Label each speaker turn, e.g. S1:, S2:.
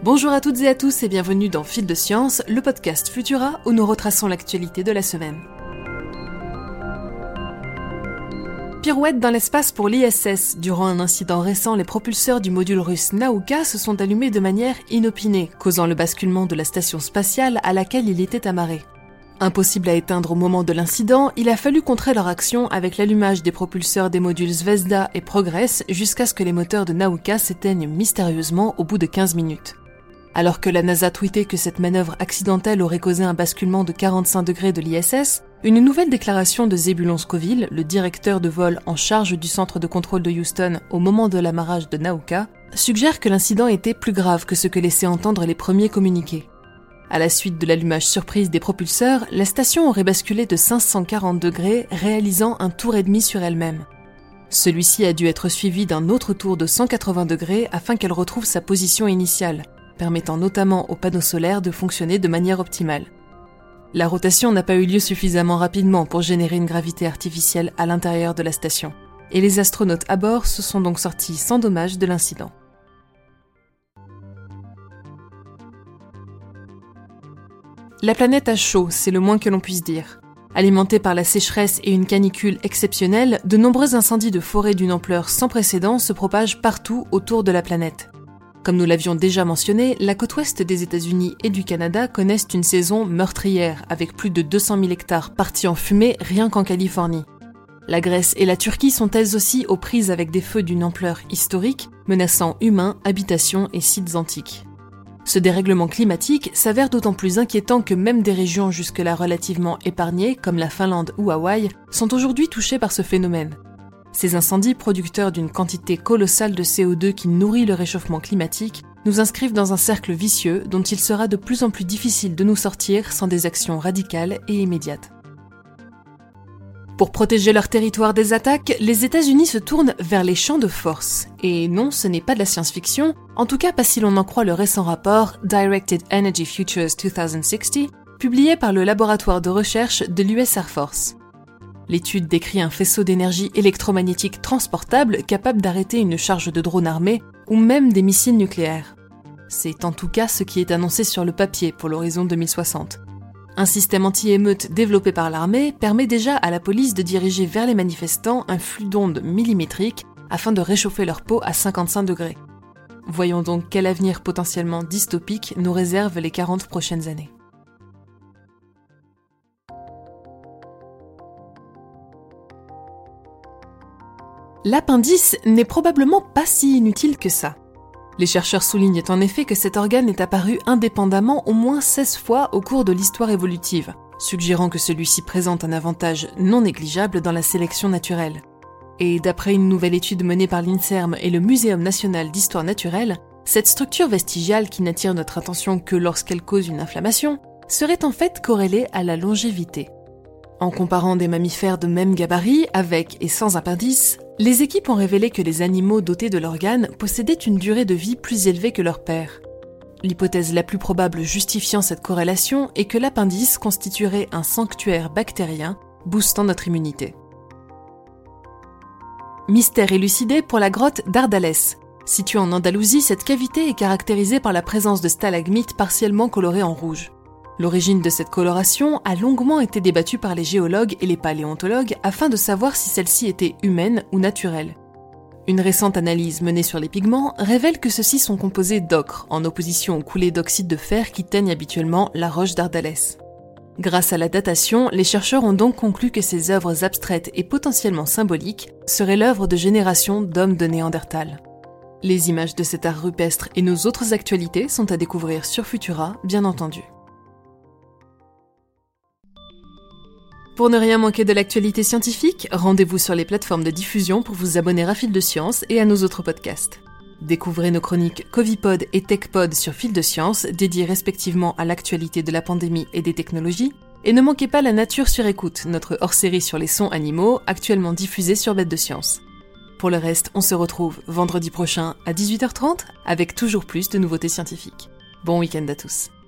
S1: Bonjour à toutes et à tous et bienvenue dans Fil de Science, le podcast Futura où nous retraçons l'actualité de la semaine. Pirouette dans l'espace pour l'ISS. Durant un incident récent, les propulseurs du module russe Nauka se sont allumés de manière inopinée, causant le basculement de la station spatiale à laquelle il était amarré. Impossible à éteindre au moment de l'incident, il a fallu contrer leur action avec l'allumage des propulseurs des modules Zvezda et Progress jusqu'à ce que les moteurs de Nauka s'éteignent mystérieusement au bout de 15 minutes. Alors que la NASA tweetait que cette manœuvre accidentelle aurait causé un basculement de 45 degrés de l'ISS, une nouvelle déclaration de Zebulon Scoville, le directeur de vol en charge du centre de contrôle de Houston au moment de l'amarrage de Nauka, suggère que l'incident était plus grave que ce que laissaient entendre les premiers communiqués. À la suite de l'allumage surprise des propulseurs, la station aurait basculé de 540 degrés, réalisant un tour et demi sur elle-même. Celui-ci a dû être suivi d'un autre tour de 180 degrés afin qu'elle retrouve sa position initiale, permettant notamment aux panneaux solaires de fonctionner de manière optimale. La rotation n'a pas eu lieu suffisamment rapidement pour générer une gravité artificielle à l'intérieur de la station, et les astronautes à bord se sont donc sortis sans dommage de l'incident. La planète a chaud, c'est le moins que l'on puisse dire. Alimentée par la sécheresse et une canicule exceptionnelle, de nombreux incendies de forêt d'une ampleur sans précédent se propagent partout autour de la planète. Comme nous l'avions déjà mentionné, la côte ouest des États-Unis et du Canada connaissent une saison meurtrière, avec plus de 200 000 hectares partis en fumée rien qu'en Californie. La Grèce et la Turquie sont elles aussi aux prises avec des feux d'une ampleur historique, menaçant humains, habitations et sites antiques. Ce dérèglement climatique s'avère d'autant plus inquiétant que même des régions jusque-là relativement épargnées, comme la Finlande ou Hawaï, sont aujourd'hui touchées par ce phénomène. Ces incendies, producteurs d'une quantité colossale de CO2 qui nourrit le réchauffement climatique, nous inscrivent dans un cercle vicieux dont il sera de plus en plus difficile de nous sortir sans des actions radicales et immédiates. Pour protéger leur territoire des attaques, les États-Unis se tournent vers les champs de force. Et non, ce n'est pas de la science-fiction, en tout cas pas si l'on en croit le récent rapport Directed Energy Futures 2060, publié par le laboratoire de recherche de l'US Air Force. L'étude décrit un faisceau d'énergie électromagnétique transportable capable d'arrêter une charge de drone armée ou même des missiles nucléaires. C'est en tout cas ce qui est annoncé sur le papier pour l'horizon 2060. Un système anti-émeute développé par l'armée permet déjà à la police de diriger vers les manifestants un flux d'ondes millimétriques afin de réchauffer leur peau à 55 degrés. Voyons donc quel avenir potentiellement dystopique nous réserve les 40 prochaines années. L'appendice n'est probablement pas si inutile que ça. Les chercheurs soulignent en effet que cet organe est apparu indépendamment au moins 16 fois au cours de l'histoire évolutive, suggérant que celui-ci présente un avantage non négligeable dans la sélection naturelle. Et d'après une nouvelle étude menée par l'INSERM et le Muséum national d'histoire naturelle, cette structure vestigiale qui n'attire notre attention que lorsqu'elle cause une inflammation, serait en fait corrélée à la longévité. En comparant des mammifères de même gabarit, avec et sans appendice, les équipes ont révélé que les animaux dotés de l'organe possédaient une durée de vie plus élevée que leurs pairs. L'hypothèse la plus probable justifiant cette corrélation est que l'appendice constituerait un sanctuaire bactérien, boostant notre immunité. Mystère élucidé pour la grotte d'Ardales. Située en Andalousie, cette cavité est caractérisée par la présence de stalagmites partiellement colorées en rouge. L'origine de cette coloration a longuement été débattue par les géologues et les paléontologues afin de savoir si celle-ci était humaine ou naturelle. Une récente analyse menée sur les pigments révèle que ceux-ci sont composés d'ocre, en opposition aux coulées d'oxyde de fer qui teignent habituellement la roche d'Ardales. Grâce à la datation, les chercheurs ont donc conclu que ces œuvres abstraites et potentiellement symboliques seraient l'œuvre de générations d'hommes de Néandertal. Les images de cet art rupestre et nos autres actualités sont à découvrir sur Futura, bien entendu. Pour ne rien manquer de l'actualité scientifique, rendez-vous sur les plateformes de diffusion pour vous abonner à Fil de Science et à nos autres podcasts. Découvrez nos chroniques Covipod et TechPod sur Fil de Science, dédiées respectivement à l'actualité de la pandémie et des technologies, et ne manquez pas La Nature sur écoute, notre hors-série sur les sons animaux, actuellement diffusée sur Bête de Science. Pour le reste, on se retrouve vendredi prochain à 18h30 avec toujours plus de nouveautés scientifiques. Bon week-end à tous.